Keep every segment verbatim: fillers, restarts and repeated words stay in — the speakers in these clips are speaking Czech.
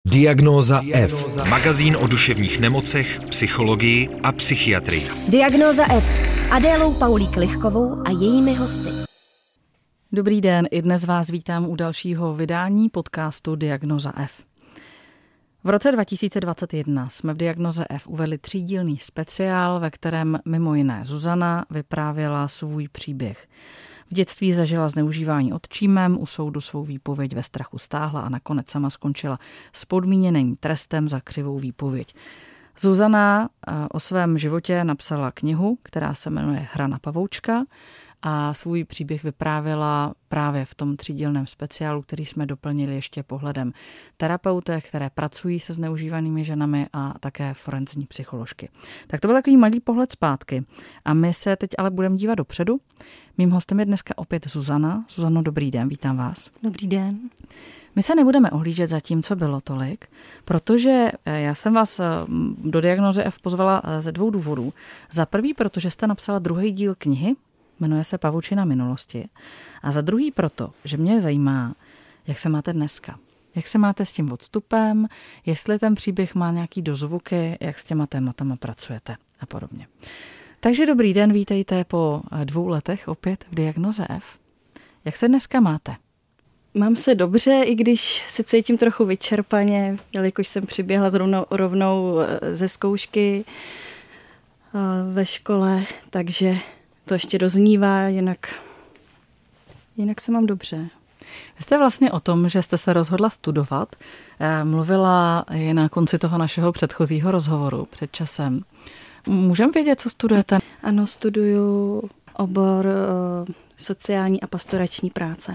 Diagnóza F. Magazín o duševních nemocech, psychologii a psychiatrii. Diagnóza F s Adélou Paulík-Lichkovou a jejími hosty. Dobrý den, i dnes vás vítám u dalšího vydání podcastu Diagnóza F. V roce dva tisíce dvacet jedna jsme v Diagnóze F uvedli třídílný speciál, ve kterém mimo jiné Zuzana vyprávěla svůj příběh. V dětství zažila zneužívání otčímem, u soudu svou výpověď ve strachu stáhla a nakonec sama skončila s podmíněným trestem za křivou výpověď. Zuzana o svém životě napsala knihu, která se jmenuje Hra na pavoučka, a svůj příběh vyprávěla právě v tom třídílném speciálu, který jsme doplnili ještě pohledem terapeutek, které pracují se zneužívanými ženami, a také forenzní psycholožky. Tak to byl takový malý pohled zpátky. A my se teď ale budeme dívat dopředu. Mým hostem je dneska opět Zuzana. Zuzano, dobrý den, vítám vás. Dobrý den. My se nebudeme ohlížet za tím, co bylo tolik, protože já jsem vás do Diagnózy F pozvala ze dvou důvodů. Za prvý, protože jste napsala druhý díl knihy, jmenuje se Pavučina minulosti. A za druhý proto, že mě zajímá, jak se máte dneska. Jak se máte s tím odstupem, jestli ten příběh má nějaký dozvuky, jak s těma tématama pracujete a podobně. Takže dobrý den, vítejte po dvou letech opět v Diagnóze F. Jak se dneska máte? Mám se dobře, i když se cítím trochu vyčerpaně, jelikož jsem přiběhla rovnou, rovnou ze zkoušky ve škole, takže to ještě doznívá, jinak, jinak se mám dobře. Vy jste vlastně o tom, že jste se rozhodla studovat, mluvila i na konci toho našeho předchozího rozhovoru před časem. Můžeme vědět, co studujete? Ano, studuju obor sociální a pastorační práce.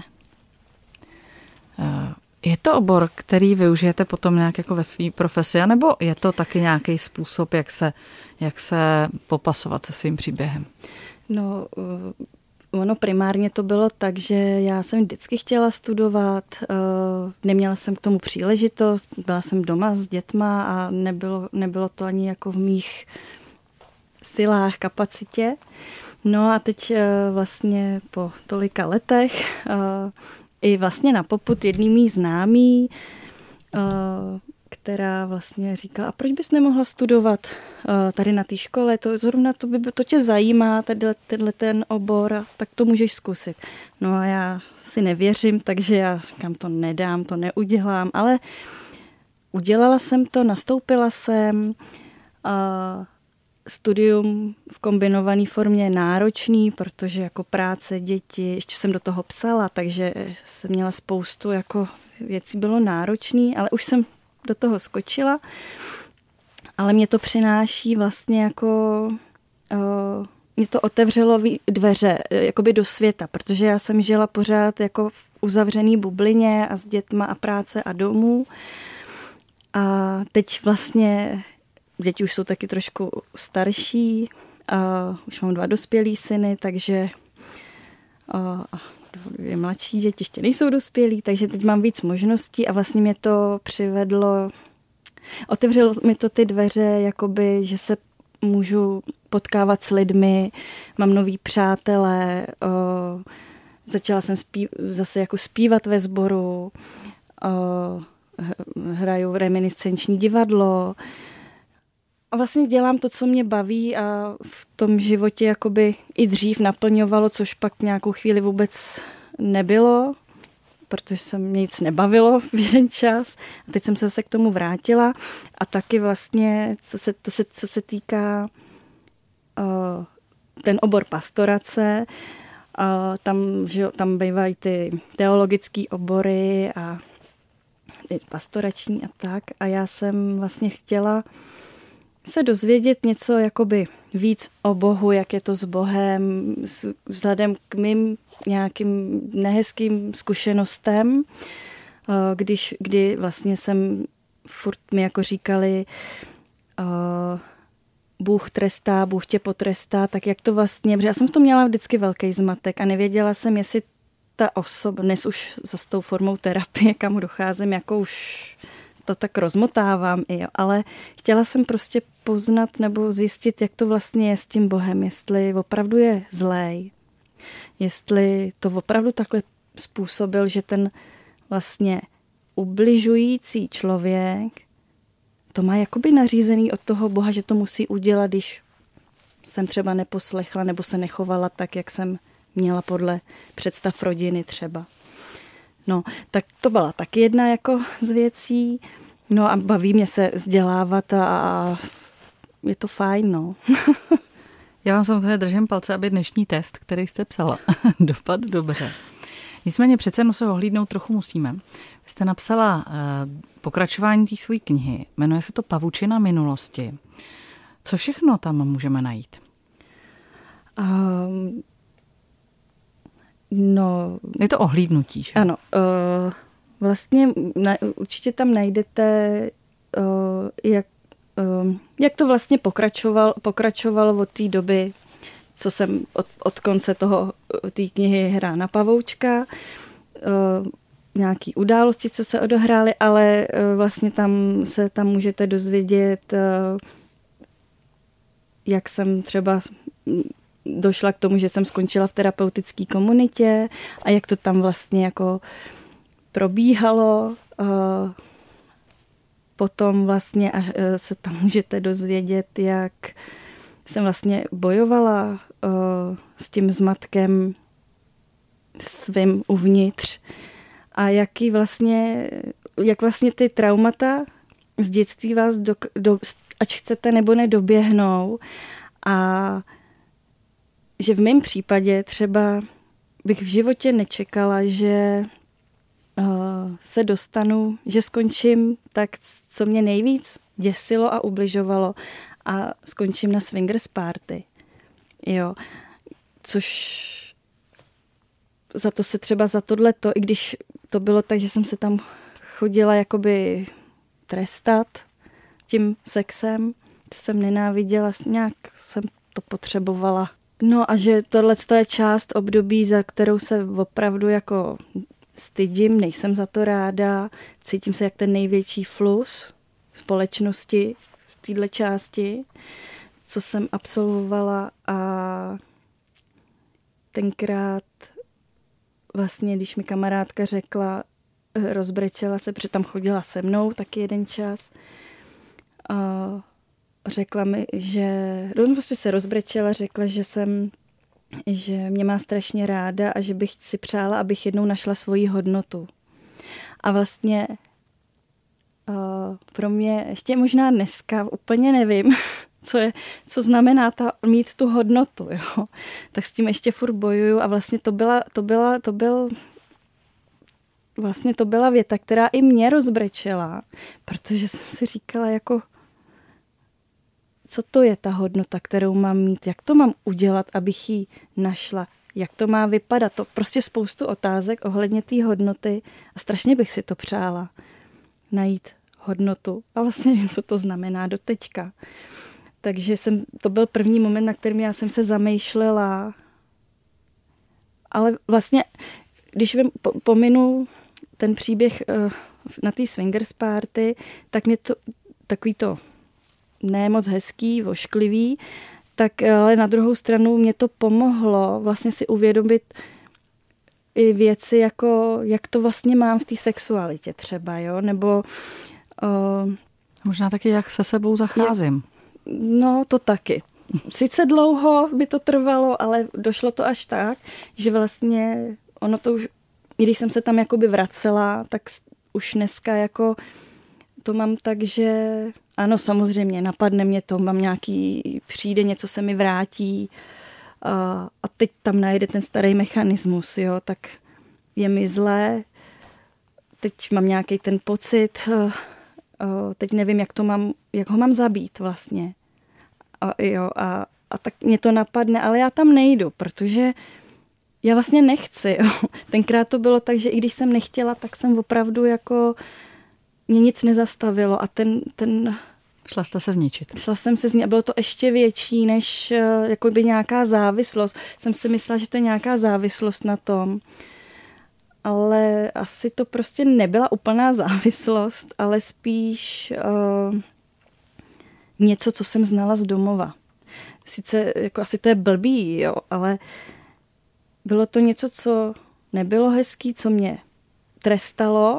Je to obor, který využijete potom nějak jako ve své profesi, nebo je to taky nějaký způsob, jak se, jak se popasovat se svým příběhem? No, ono primárně to bylo tak, že já jsem vždycky chtěla studovat, neměla jsem k tomu příležitost, byla jsem doma s dětma a nebylo, nebylo to ani jako v mých silách, kapacitě. No a teď vlastně po tolika letech i vlastně na popud jedný mý známý, která vlastně říkala, a proč bys nemohla studovat tady na té škole, to zrovna to, by, to tě zajímá, tady, tenhle ten obor, tak to můžeš zkusit. No a já si nevěřím, takže já kam to nedám, to neudělám, ale udělala jsem to, nastoupila jsem, a studium v kombinované formě je náročný, protože jako práce, děti, ještě jsem do toho psala, takže jsem měla spoustu jako věcí, bylo náročný, ale už jsem do toho skočila, ale mě to přináší vlastně jako, uh, mě to otevřelo dveře jakoby do světa, protože já jsem žila pořád jako v uzavřený bublině a s dětma a práce a domů. A teď vlastně děti už jsou taky trošku starší, uh, už mám dva dospělý syny, takže uh, dvě mladší děti ještě nejsou dospělí, takže teď mám víc možností a vlastně mě to přivedlo, otevřelo mi to ty dveře, jakoby, že se můžu potkávat s lidmi, mám nový přátelé, o, začala jsem zpív, zase jako zpívat ve sboru, o, hraju reminiscenční divadlo a vlastně dělám to, co mě baví a v tom životě jakoby i dřív naplňovalo, což pak nějakou chvíli vůbec nebylo, protože se mě nic nebavilo v jeden čas. A teď jsem se zase k tomu vrátila a taky vlastně, co se, to se, co se týká uh, ten obor pastorace, uh, tam, že, tam bývají ty teologické obory a ty pastorační a tak. A já jsem vlastně chtěla se dozvědět něco jakoby víc o Bohu, jak je to s Bohem, vzhledem k mým nějakým nehezkým zkušenostem, když, kdy vlastně jsem furt mi jako říkali, uh, Bůh trestá, Bůh tě potrestá, tak jak to vlastně, protože já jsem v tom měla vždycky velký zmatek a nevěděla jsem, jestli ta osoba, dnes už za s tou formou terapie, kam docházím, jako už to tak rozmotávám, jo, ale chtěla jsem prostě poznat nebo zjistit, jak to vlastně je s tím Bohem, jestli opravdu je zlej, jestli to opravdu takhle způsobil, že ten vlastně ubližující člověk to má jakoby nařízený od toho Boha, že to musí udělat, když jsem třeba neposlechla nebo se nechovala tak, jak jsem měla podle představ rodiny třeba. No, tak to byla taky jedna jako z věcí. No a baví mě se vzdělávat a, a je to fajn, no. Já vám samozřejmě držím palce, aby dnešní test, který jste psala, dopadl dobře. Nicméně přece jenom se ohlídnout trochu musíme. Vy jste napsala uh, pokračování té své knihy. Jmenuje se to Pavučina minulosti. Co všechno tam můžeme najít? Um, no... Je to ohlídnutí, že? Ano. Uh, vlastně na, určitě tam najdete, uh, jak, uh, jak to vlastně pokračoval, pokračovalo od té doby, co jsem od, od konce toho té knihy Hra na pavoučka, uh, nějaký události, co se odehrály, ale uh, vlastně tam se tam můžete dozvědět, uh, jak jsem třeba došla k tomu, že jsem skončila v terapeutické komunitě a jak to tam vlastně jako probíhalo. Uh, potom vlastně uh, se tam můžete dozvědět, jak jsem vlastně bojovala uh, s tím zmatkem svým uvnitř a jaký vlastně, jak vlastně ty traumata z dětství vás, do, do, ať chcete nebo ne, doběhnou a že v mém případě třeba bych v životě nečekala, že uh, se dostanu, že skončím tak, co mě nejvíc děsilo a ubližovalo a skončím na swingers party. Jo, což za to se třeba za tohleto, i když to bylo tak, že jsem se tam chodila jakoby trestat tím sexem, co jsem nenáviděla, nějak jsem to potřebovala. No a že tohle je část období, za kterou se opravdu jako stydím, nejsem za to ráda, cítím se jak ten největší flus společnosti v této části, co jsem absolvovala a tenkrát vlastně, když mi kamarádka řekla, rozbrečela se, protože tam chodila se mnou taky jeden čas, a řekla mi, že no, prostě se rozbrečela, řekla, že jsem, že mě má strašně ráda a že bych si přála, abych jednou našla svoji hodnotu. A vlastně uh, pro mě ještě možná dneska úplně nevím, co je, co znamená ta, mít tu hodnotu, jo. Tak s tím ještě furt bojuju a vlastně to byla, to byla, to byl vlastně to byla věta, která i mě rozbrečela, protože jsem si říkala jako co to je ta hodnota, kterou mám mít, jak to mám udělat, abych ji našla, jak to má vypadat. To prostě spoustu otázek ohledně té hodnoty a strašně bych si to přála najít hodnotu. A vlastně nevím, co to znamená do teďka. Takže jsem, to byl první moment, na kterým já jsem se zamýšlela. Ale vlastně, když vím, pominu ten příběh na té swingers party, tak mě to takový to ne moc hezký, ošklivý, tak ale na druhou stranu mě to pomohlo vlastně si uvědomit i věci, jako jak to vlastně mám v té sexualitě třeba, jo, nebo uh, možná taky, jak se sebou zacházím. Je, no, to taky. Sice dlouho by to trvalo, ale došlo to až tak, že vlastně ono to už, když jsem se tam jakoby vracela, tak už dneska jako to mám tak, že ano, samozřejmě, napadne mě to, mám nějaký, přijde, něco se mi vrátí a, a teď tam najde ten starý mechanismus, jo, tak je mi zlé, teď mám nějaký ten pocit, a, a, teď nevím, jak to mám, jak ho mám zabít vlastně. A, jo, a, a tak mě to napadne, ale já tam nejdu, protože já vlastně nechci, jo. Tenkrát to bylo tak, že i když jsem nechtěla, tak jsem opravdu jako mě nic nezastavilo a ten, ten... Šla jste se zničit. Šla jsem se zničit a bylo to ještě větší než jakoby nějaká závislost. Jsem si myslela, že to je nějaká závislost na tom. Ale asi to prostě nebyla úplná závislost, ale spíš uh, něco, co jsem znala z domova. Sice jako asi to je blbý, jo, ale bylo to něco, co nebylo hezký, co mě trestalo,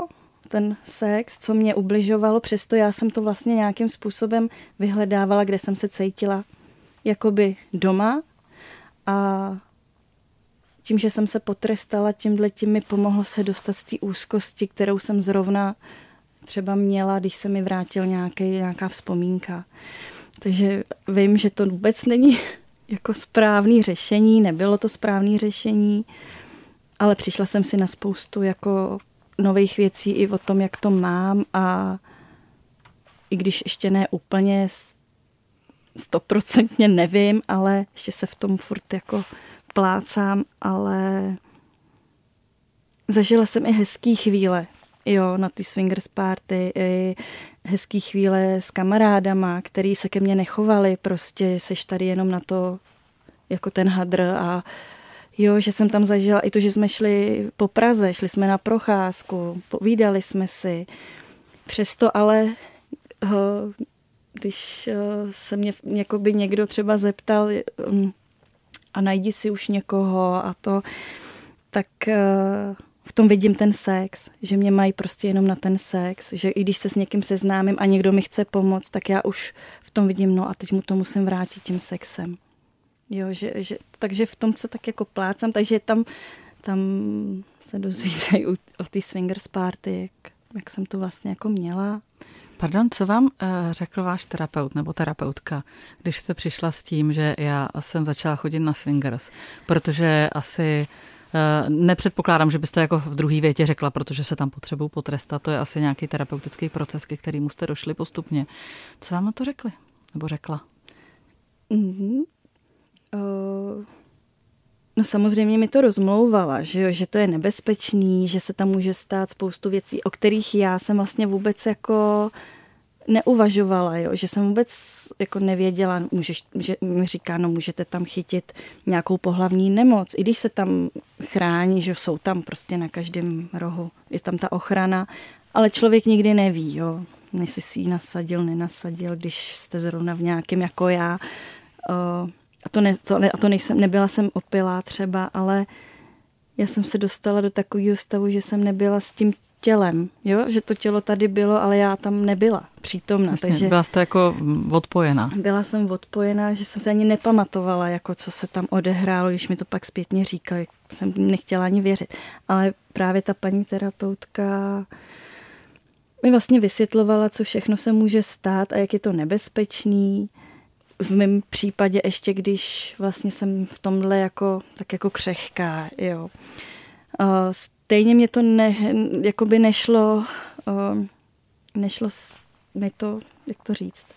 ten sex, co mě ubližovalo, přesto já jsem to vlastně nějakým způsobem vyhledávala, kde jsem se cítila jakoby doma a tím, že jsem se potrestala, tímhletím mi pomohlo se dostat z té úzkosti, kterou jsem zrovna třeba měla, když se mi vrátil nějaký, nějaká vzpomínka. Takže vím, že to vůbec není jako správný řešení, nebylo to správný řešení, ale přišla jsem si na spoustu jako nových věcí i o tom, jak to mám a i když ještě ne úplně stoprocentně nevím, ale ještě se v tom furt jako plácám, ale zažila jsem i hezký chvíle, jo, na ty swingers party, i hezký chvíle s kamarádama, který se ke mně nechovali, prostě seš tady jenom na to, jako ten hadr a jo, že jsem tam zažila i to, že jsme šli po Praze, šli jsme na procházku, povídali jsme si. Přesto ale, když se mě jakoby někdo třeba zeptal a najdi si už někoho a to, tak v tom vidím ten sex, že mě mají prostě jenom na ten sex, že i když se s někým seznámím a někdo mi chce pomoct, tak já už v tom vidím, no a teď mu to musím vrátit tím sexem. Jo, že, že, takže v tom se tak jako plácám, takže tam, tam se dozvídají o té swingers party, jak, jak jsem to vlastně jako měla. Pardon, co vám uh, řekl váš terapeut nebo terapeutka, když jste přišla s tím, že já jsem začala chodit na swingers, protože asi uh, nepředpokládám, že byste jako v druhé větě řekla, protože se tam potřebují potrestat, to je asi nějaký terapeutický proces, ke kterému jste došli postupně. Co vám na to řekli? Nebo řekla? Mm-hmm. No samozřejmě mi to rozmlouvala, že, jo, že to je nebezpečný, že se tam může stát spoustu věcí, o kterých já jsem vlastně vůbec jako neuvažovala, jo, že jsem vůbec jako nevěděla, můžeš, že mi říká, no můžete tam chytit nějakou pohlavní nemoc, i když se tam chrání, že jsou tam prostě na každém rohu, je tam ta ochrana, ale člověk nikdy neví, jo, jestli si ji nasadil, nenasadil, když jste zrovna v nějakém jako já, uh, A to, ne, to, a to nejsem, nebyla jsem opilá třeba, ale já jsem se dostala do takového stavu, že jsem nebyla s tím tělem, jo? Že to tělo tady bylo, ale já tam nebyla přítomna. Jasně, takže byla jste jako odpojená. Byla jsem odpojená, že jsem se ani nepamatovala, jako co se tam odehrálo, když mi to pak zpětně říkali, jsem nechtěla ani věřit. Ale právě ta paní terapeutka mi vlastně vysvětlovala, co všechno se může stát a jak je to nebezpečný. V mém případě ještě, když vlastně jsem v tomhle jako, tak jako křehká, jo. Stejně mě to ne, jakoby nešlo, nešlo mi to, jak to říct.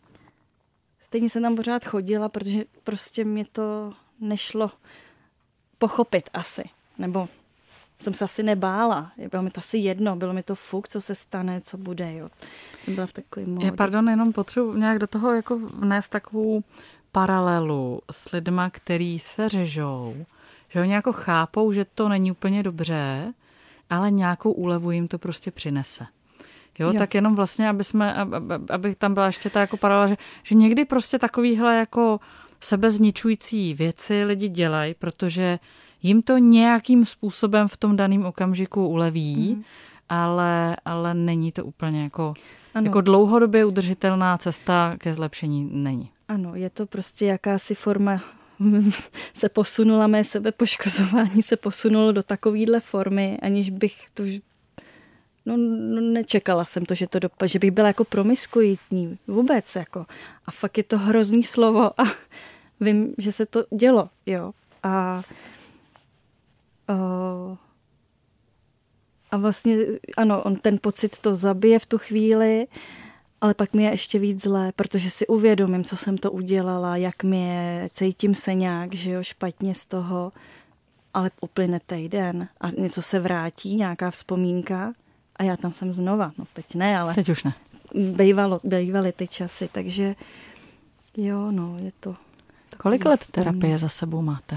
Stejně jsem tam pořád chodila, protože prostě mě to nešlo pochopit asi, nebo jsem se asi nebála. Bylo mi to asi jedno, bylo mi to fuk, co se stane, co bude. Jo. Jsem byla v takovém módu. Já, pardon, jenom potřebuji nějak do toho jako vnést takovou paralelu s lidma, který se řežou, že oni jako chápou, že to není úplně dobře, ale nějakou úlevu jim to prostě přinese. Jo, jo. Tak jenom vlastně, aby, jsme, aby, aby tam byla ještě ta jako paralela, že, že někdy prostě takovýhle jako sebezničující věci lidi dělají, protože jim to nějakým způsobem v tom daném okamžiku uleví, mm. ale, ale není to úplně jako, jako dlouhodobě udržitelná cesta ke zlepšení není. Ano, je to prostě jakási forma, se posunula mé sebepoškozování, se posunulo do takovýhle formy, aniž bych to, no, no nečekala jsem to, že to dopadne, že bych byla jako promiskuitní vůbec, jako. A fakt je to hrozný slovo a vím, že se to dělo, jo. A A vlastně, ano, on ten pocit to zabije v tu chvíli, ale pak mi je ještě víc zlé, protože si uvědomím, co jsem to udělala, jak mi je, cítím se nějak, že jo, špatně z toho, ale uplyne týden a něco se vrátí, nějaká vzpomínka a já tam jsem znova, no teď ne, ale teď už ne. Bývalo, bývaly ty časy, takže jo, no, je to. Kolik let terapie za sebou máte?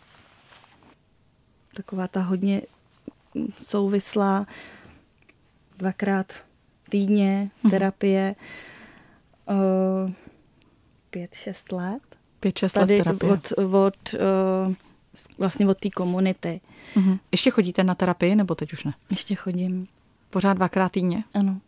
Taková ta hodně souvislá, dvakrát týdně terapie, uh, pět, šest let. Pět, šest let terapie. Od, od, uh, vlastně od té komunity. Uh-huh. Ještě chodíte na terapii, nebo teď už ne? Ještě chodím. Pořád dvakrát týdně? Ano.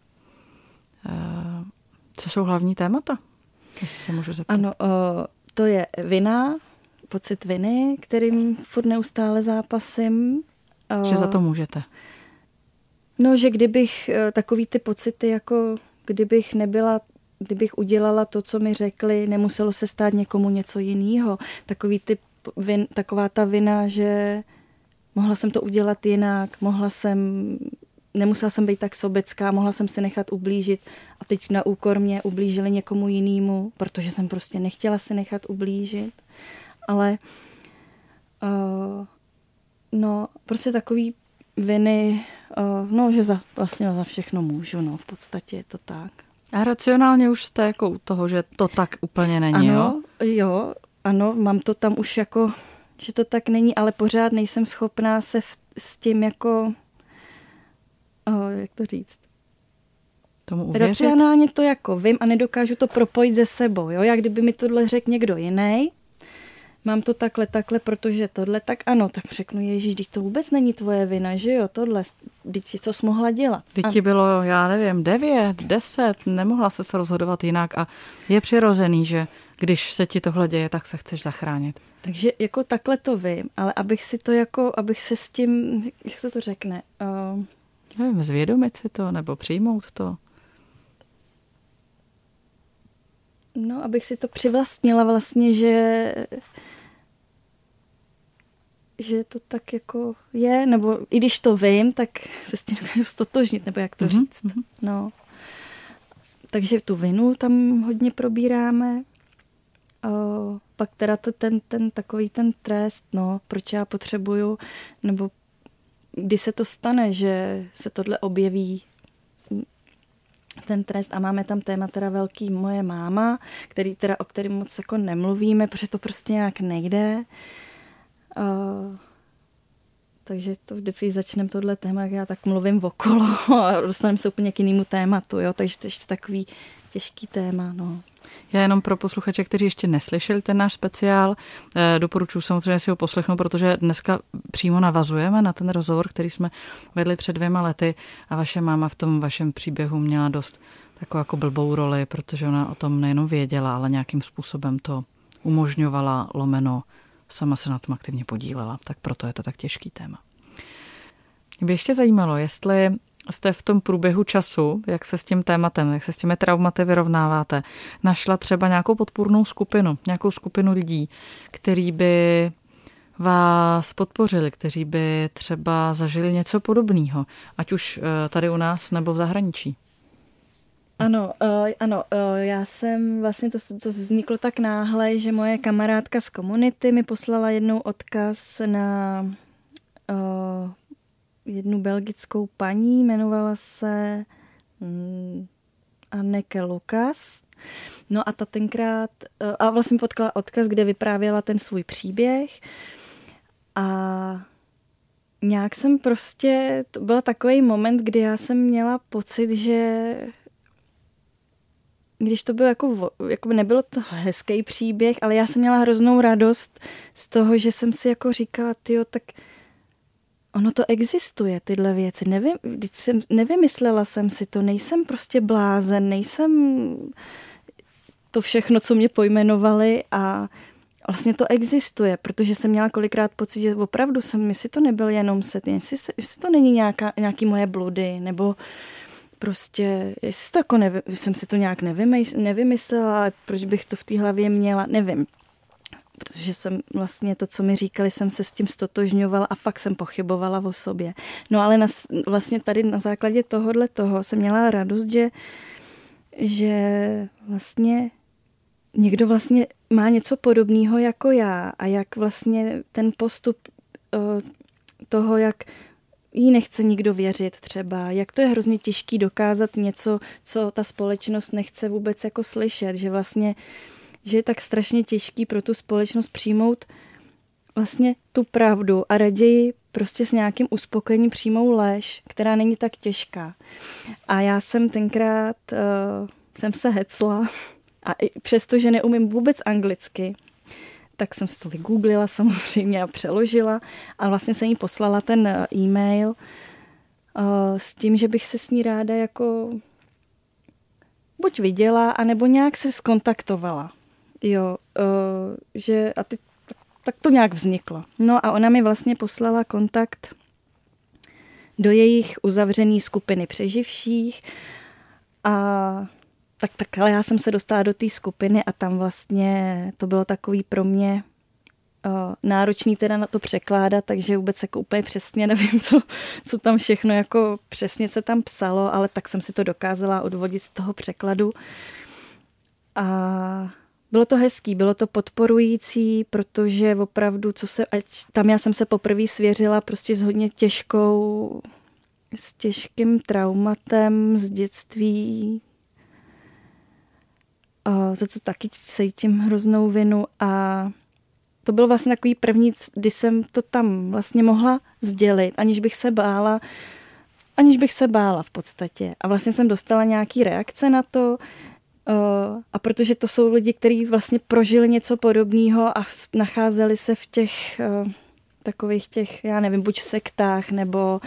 Co jsou hlavní témata? Jestli se můžu zeptat. Ano, to je vina, pocit viny, kterým furt neustále zápasím. Že za to můžete? No, že kdybych takový ty pocity, jako kdybych nebyla, kdybych udělala to, co mi řekli, nemuselo se stát někomu něco jiného. Takový ty vin, taková ta vina, že mohla jsem to udělat jinak, mohla jsem, nemusela jsem být tak sobecká, mohla jsem si nechat ublížit a teď na úkor mě ublížili někomu jinému, protože jsem prostě nechtěla si nechat ublížit. Ale uh, no, prostě takový viny, uh, no, že za, vlastně za všechno můžu, no, v podstatě je to tak. A racionálně už jste jako u toho, že to tak úplně není, ano, jo? Jo, ano, mám to tam už jako, že to tak není, ale pořád nejsem schopná se v, s tím jako, oh, jak to říct? Tomu uvěřit? Racionálně to jako vím a nedokážu to propojit se sebou, jo? Jak kdyby mi tohle řekl někdo jiný, mám to takhle, takhle, protože tohle, tak ano, tak řeknu, ježíš, teď to vůbec není tvoje vina, že jo, tohle, teď co jsi mohla dělat? Teď ti bylo, já nevím, devět, deset, nemohla se se rozhodovat jinak a je přirozený, že když se ti tohle děje, tak se chceš zachránit. Takže jako takhle to vím, ale abych si to jako, abych se s tím, jak se to řekne? Uh, nevím, zvědomit si to, nebo přijmout to. No, abych si to přivlastnila vlastně, že že to tak jako je, nebo i když to vím, tak se s tím dokážu stotožnit, nebo jak to mm-hmm. říct. No. Takže tu vinu tam hodně probíráme. O, pak teda to ten, ten takový ten trest, no, proč já potřebuju, nebo kdy se to stane, že se tohle objeví, ten trest, a máme tam téma teda velký moje máma, který teda, o kterém moc jako nemluvíme, protože to prostě nějak nejde. Uh, takže to vždycky začneme tohle téma, jak já tak mluvím okolo a dostaneme se úplně k jinému tématu, jo, takže to je ještě takový těžký téma, no. Já jenom pro posluchače, kteří ještě neslyšeli ten náš speciál, eh, doporučuji samozřejmě si ho poslechnout, protože dneska přímo navazujeme na ten rozhovor, který jsme vedli před dvěma lety a vaše máma v tom vašem příběhu měla dost takovou jako blbou roli, protože ona o tom nejenom věděla, ale nějakým způsobem to umožňovala, lomeno, sama se na tom aktivně podílela, tak proto je to tak těžký téma. Mě by ještě zajímalo, jestli jste v tom průběhu času, jak se s tím tématem, jak se s těmi traumaty vyrovnáváte, našla třeba nějakou podpůrnou skupinu, nějakou skupinu lidí, který by vás podpořili, kteří by třeba zažili něco podobného, ať už tady u nás nebo v zahraničí? Ano, uh, ano, uh, já jsem vlastně, to, to vzniklo tak náhle, že moje kamarádka z komunity mi poslala jednou odkaz na uh, jednu belgickou paní, jmenovala se um, Anneke Lukas. No a ta tenkrát, uh, a vlastně potkala odkaz, kde vyprávěla ten svůj příběh a nějak jsem prostě, to byl takový moment, kdy já jsem měla pocit, že když to bylo jako, jako nebylo to hezký příběh, ale já jsem měla hroznou radost z toho, že jsem si jako říkala, tyjo, tak ono to existuje, tyhle věci. Nevy, jsem, nevymyslela jsem si to, nejsem prostě blázen, nejsem to všechno, co mě pojmenovali a vlastně to existuje, protože jsem měla kolikrát pocit, že opravdu jsem, jestli to nebyl jenom set, jestli, jestli to není nějaká, nějaký moje bludy, nebo prostě, jestli to jako nevy, jsem si to nějak nevymyslela, ale proč bych to v té hlavě měla, nevím. Protože jsem vlastně to, co mi říkali, jsem se s tím stotožňovala a fakt jsem pochybovala o sobě. No ale na, vlastně tady na základě tohohle toho jsem měla radost, že, že vlastně někdo vlastně má něco podobného jako já a jak vlastně ten postup uh, toho, jak jí nechce nikdo věřit třeba, jak to je hrozně těžký dokázat něco, co ta společnost nechce vůbec jako slyšet, že vlastně, že je tak strašně těžký pro tu společnost přijmout vlastně tu pravdu a raději prostě s nějakým uspokojením přijmou lež, která není tak těžká. A já jsem tenkrát, uh, jsem se hecla a i přesto, že neumím vůbec anglicky, tak jsem si to vygooglila samozřejmě a přeložila a vlastně jsem jí poslala ten e-mail s tím, že bych se s ní ráda jako buď viděla, anebo nějak se skontaktovala. Jo, že a ty, tak to nějak vzniklo. No a ona mi vlastně poslala kontakt do jejich uzavřené skupiny přeživších a tak, tak ale já jsem se dostala do té skupiny a tam vlastně to bylo takový pro mě uh, náročný teda na to překládat, takže vůbec jako úplně přesně nevím, co, co tam všechno jako přesně se tam psalo, ale tak jsem si to dokázala odvodit z toho překladu. A bylo to hezký, bylo to podporující, protože opravdu, co se, ať tam já jsem se poprvé svěřila prostě s hodně těžkou, s těžkým traumatem z dětství, za co taky cítím hroznou vinu a to byl vlastně takový první, kdy jsem to tam vlastně mohla sdělit, aniž bych se bála, aniž bych se bála v podstatě. A vlastně jsem dostala nějaký reakce na to a protože to jsou lidi, kteří vlastně prožili něco podobného a nacházeli se v těch takových těch, já nevím, buď sektách nebo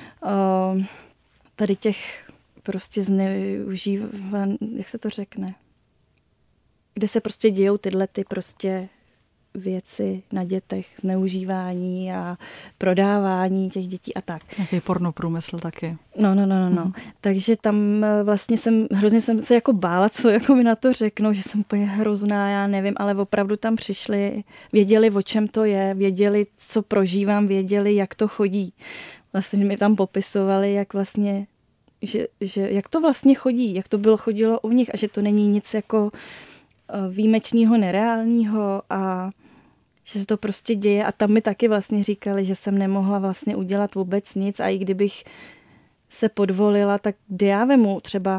tady těch prostě zneužívan, jak se to řekne, kde se prostě dějou tyhle ty prostě věci na dětech, zneužívání a prodávání těch dětí a tak. Nějaký pornoprůmysl taky. No, no, no, no. Hmm. Takže tam vlastně jsem, hrozně jsem se jako bála, co jako mi na to řeknou, že jsem úplně hrozná, já nevím, ale opravdu tam přišli, věděli, o čem to je, věděli, co prožívám, věděli, jak to chodí. Vlastně mi tam popisovali, jak vlastně, že, že jak to vlastně chodí, jak to bylo chodilo u nich a že to není nic jako výjimečného, nereálního a že se to prostě děje a tam mi taky vlastně říkali, že jsem nemohla vlastně udělat vůbec nic a i kdybych se podvolila, tak kdy já vemu třeba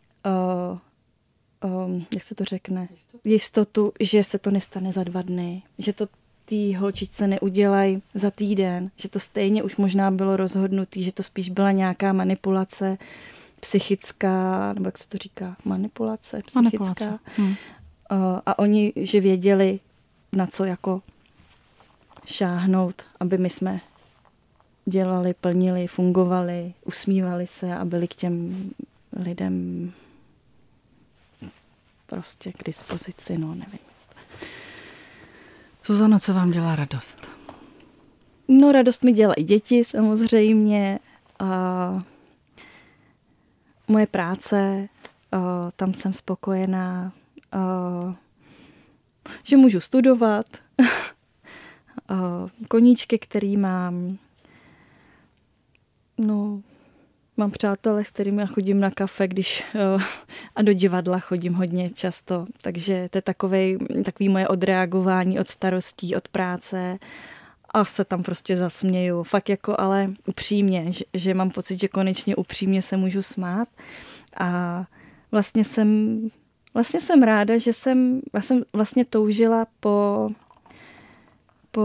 uh, um, jak se to řekne, jistotu. jistotu, že se to nestane za dva dny, že to tý holčičce neudělají za týden, že to stejně už možná bylo rozhodnutý, že to spíš byla nějaká manipulace psychická, nebo jak se to říká, manipulace psychická. Manipulace. Hmm. A oni, že věděli, na co jako šáhnout, aby my jsme dělali, plnili, fungovali, usmívali se a byli k těm lidem prostě k dispozici, no nevím. Zuzano, co vám dělá radost? No radost mi dělají děti samozřejmě a moje práce, a tam jsem spokojená, Uh, že můžu studovat, uh, koníčky, který mám, no, mám přátelé, s kterými chodím na kafe, když uh, a do divadla chodím hodně často, takže to je takovej, takový moje odreagování od starostí, od práce a se tam prostě zasměju, fakt jako ale upřímně, že, že mám pocit, že konečně upřímně se můžu smát a vlastně jsem Vlastně jsem ráda, že jsem, já jsem vlastně toužila po, po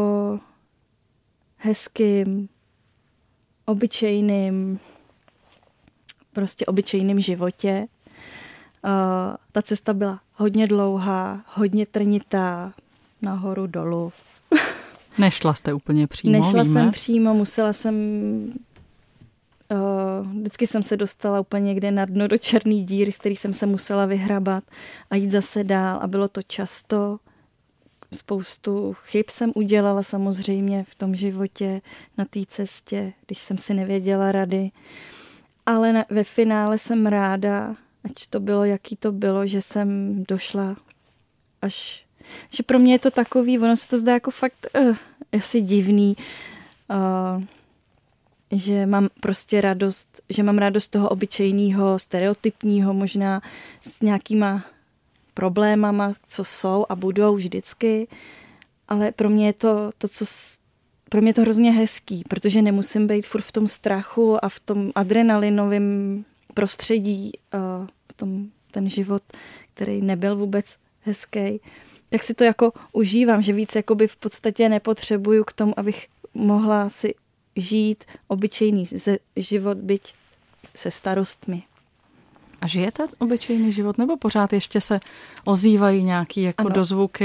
hezkým, obyčejným, prostě obyčejným životě. Uh, ta cesta byla hodně dlouhá, hodně trnitá, nahoru, dolů. Nešla jste úplně přímo, Nešla víme? jsem přímo, musela jsem... Uh, vždycky jsem se dostala úplně někde na dno do černý díry, z který jsem se musela vyhrabat a jít zase dál a bylo to často. Spoustu chyb jsem udělala samozřejmě v tom životě, na té cestě, když jsem si nevěděla rady. Ale na, ve finále jsem ráda, ať to bylo, jaký to bylo, že jsem došla až... Že pro mě je to takový, ono se to zdá jako fakt uh, asi divný, uh, že mám prostě radost, že mám radost toho obyčejného, stereotypního, možná s nějakýma problémama, co jsou a budou vždycky, ale pro mě je to, to co, pro mě je to hrozně hezký, protože nemusím být furt v tom strachu a v tom adrenalinovém prostředí, v tom, ten život, který nebyl vůbec hezký, tak si to jako užívám, že víc jakoby v podstatě nepotřebuju k tomu, abych mohla si žít obyčejný život, byť se starostmi. A žijete obyčejný život, nebo pořád ještě se ozývají nějaký jako ano. dozvuky?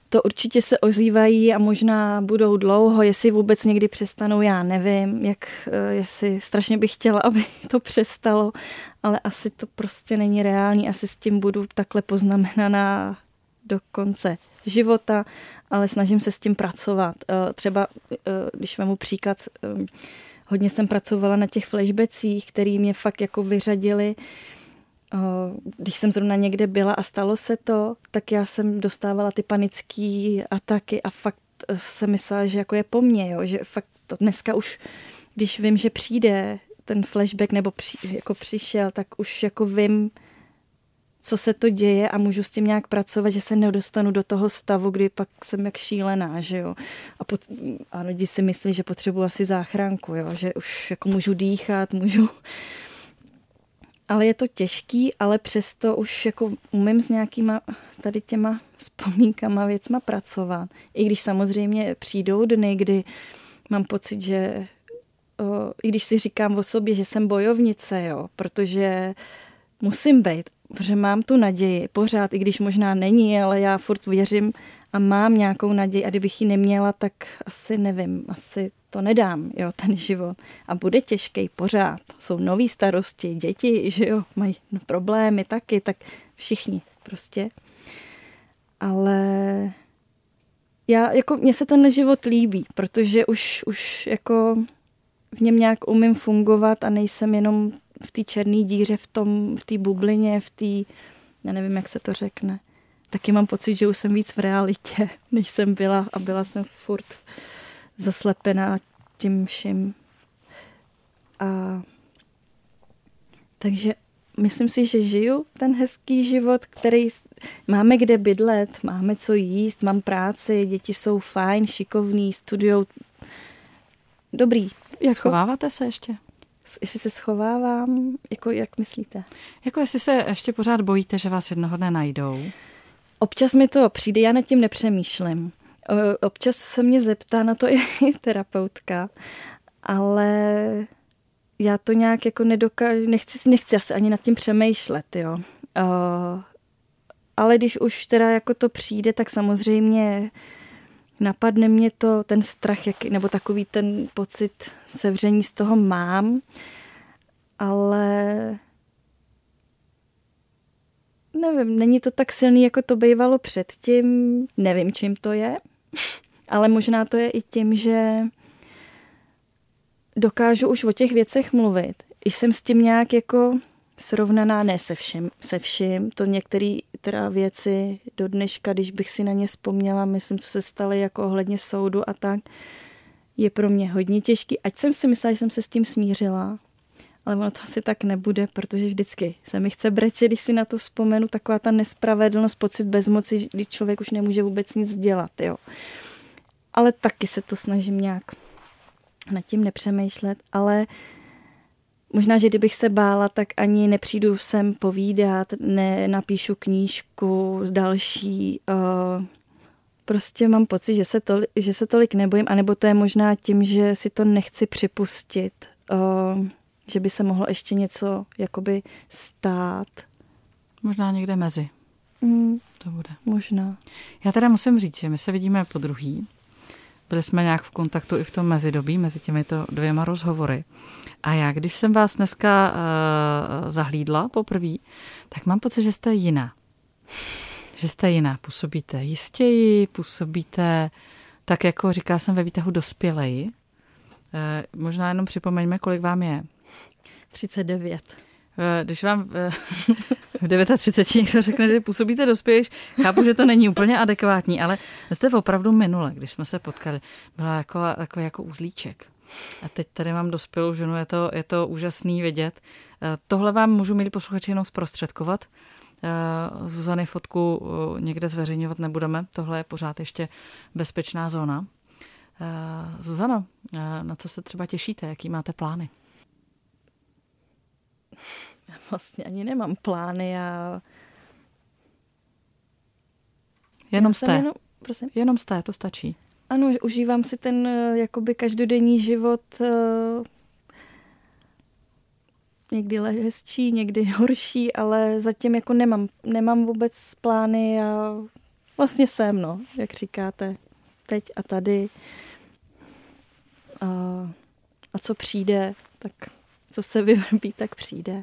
to určitě se ozývají a možná budou dlouho, jestli vůbec někdy přestanou, já nevím, jak, jestli strašně bych chtěla, aby to přestalo, ale asi to prostě není reálný, asi s tím budu takhle poznamenaná do konce života, ale snažím se s tím pracovat. Třeba, když vemu příklad, hodně jsem pracovala na těch flashbackích, který mě fakt jako vyřadili. Když jsem zrovna někde byla a stalo se to, tak já jsem dostávala ty panické ataky a fakt jsem myslela, že jako je po mně, jo? Že fakt to dneska už, když vím, že přijde ten flashback nebo při, jako přišel, tak už jako vím, co se to děje a můžu s tím nějak pracovat, že se nedostanu do toho stavu, kdy pak jsem jak šílená, že jo. A, pot, a lidi si myslí, že potřebuji asi záchranku, jo, že už jako můžu dýchat, můžu... Ale je to těžký, ale přesto už jako umím s nějakýma tady těma vzpomínkama, věcma pracovat. I když samozřejmě přijdou dny, kdy mám pocit, že o, i když si říkám o sobě, že jsem bojovnice, jo, protože musím být, protože mám tu naději pořád, i když možná není, ale já furt věřím a mám nějakou naději a kdybych ji neměla, tak asi nevím, asi to nedám, jo, ten život. A bude těžký pořád. Jsou nový starosti, děti, že jo, mají no, problémy taky, tak všichni prostě. Ale já, jako, mně se ten život líbí, protože už, už jako v něm nějak umím fungovat a nejsem jenom v té černé díře, v tom, v té bublině, v té, já nevím, jak se to řekne. Taky mám pocit, že už jsem víc v realitě, než jsem byla a byla jsem furt zaslepená tím vším. A takže myslím si, že žiju ten hezký život, který máme kde bydlet, máme co jíst, mám práci, děti jsou fajn, šikovný, studujou dobrý. Jako, schováváte se ještě? Jestli se schovávám, jako jak myslíte? Jako jestli se ještě pořád bojíte, že vás jednoho dne najdou? Občas mi to přijde, já nad tím nepřemýšlím. Občas se mě zeptá na to i terapeutka, ale já to nějak jako nedokážu, nechci, nechci asi ani nad tím přemýšlet, jo. Ale když už teda jako to přijde, tak samozřejmě napadne mě to, ten strach, jak, nebo takový ten pocit sevření z toho mám, ale nevím, není to tak silný, jako to bývalo předtím, nevím, čím to je, ale možná to je i tím, že dokážu už o těch věcech mluvit. Jsem s tím nějak jako srovnaná, ne se vším, se vším. To některé teda věci do dneška, když bych si na ně vzpomněla, myslím, co se staly jako ohledně soudu a tak, je pro mě hodně těžký. Ať jsem si myslela, že jsem se s tím smířila, ale ono to asi tak nebude, protože vždycky se mi chce brečet, když si na to vzpomenu, taková ta nespravedlnost, pocit bezmoci, kdy člověk už nemůže vůbec nic dělat, jo. Ale taky se to snažím nějak nad tím nepřemýšlet, ale možná, že kdybych se bála, tak ani nepřijdu sem povídat, ne, napíšu knížku z další. Uh, prostě mám pocit, že se, toli, že se tolik nebojím, anebo to je možná tím, že si to nechci připustit, uh, že by se mohlo ještě něco jakoby stát. Možná někde mezi. Mm, to bude. Možná. Já teda musím říct, že my se vidíme po druhý. Byli jsme nějak v kontaktu i v tom mezidobí, mezi těmito dvěma rozhovory. A já, když jsem vás dneska uh, zahlídla poprvé, tak mám pocit, že jste jiná. Že jste jiná. Působíte jistěji, působíte tak, jako říká jsem ve výtahu dospěleji. Uh, možná jenom připomeňme, kolik vám je. třicet devět. Když vám v třiceti devět někdo řekne, že působíte dospělejš, chápu, že to není úplně adekvátní, ale jste opravdu minule, když jsme se potkali, byla jako, jako, jako uzlíček. A teď tady mám dospělou ženu, je to, je to úžasný vidět. Tohle vám můžu, milí posluchači, jenom zprostředkovat. Zuzany fotku někde zveřejňovat nebudeme, tohle je pořád ještě bezpečná zóna. Zuzano, na co se třeba těšíte, jaký máte plány? Já vlastně ani nemám plány, já... Jenom já jste. Jenom, prosím? Jenom jste, to stačí. Ano, užívám si ten jakoby každodenní život, někdy hezčí, někdy horší, ale zatím jako nemám, nemám vůbec plány a vlastně jsem, no, jak říkáte, teď a tady. A, a co přijde, tak co se vyvrbí, tak přijde.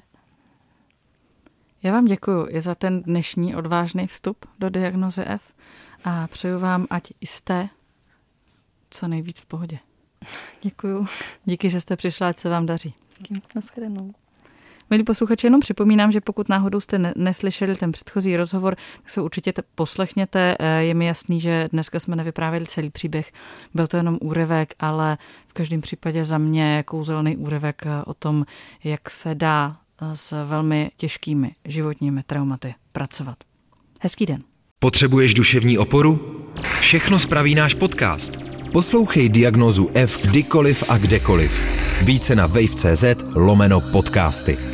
Já vám děkuji i za ten dnešní odvážný vstup do Diagnozy F a přeju vám, ať jste co nejvíc v pohodě. Děkuju. Díky, že jste přišla, ať se vám daří. Díky, nashledanou. Milí posluchači, jenom připomínám, že pokud náhodou jste ne- neslyšeli ten předchozí rozhovor, tak se určitě te- poslechněte. Je mi jasný, že dneska jsme nevyprávěli celý příběh, byl to jenom úryvek, ale v každém případě za mě kouzelný úryvek o tom, jak se dá s velmi těžkými životními traumaty pracovat. Hezký den. Potřebuješ duševní oporu? Všechno spraví náš podcast. Poslouchej Diagnózu F kdykoliv a kdekoliv. Více na wave tečka cz lomeno podcasty.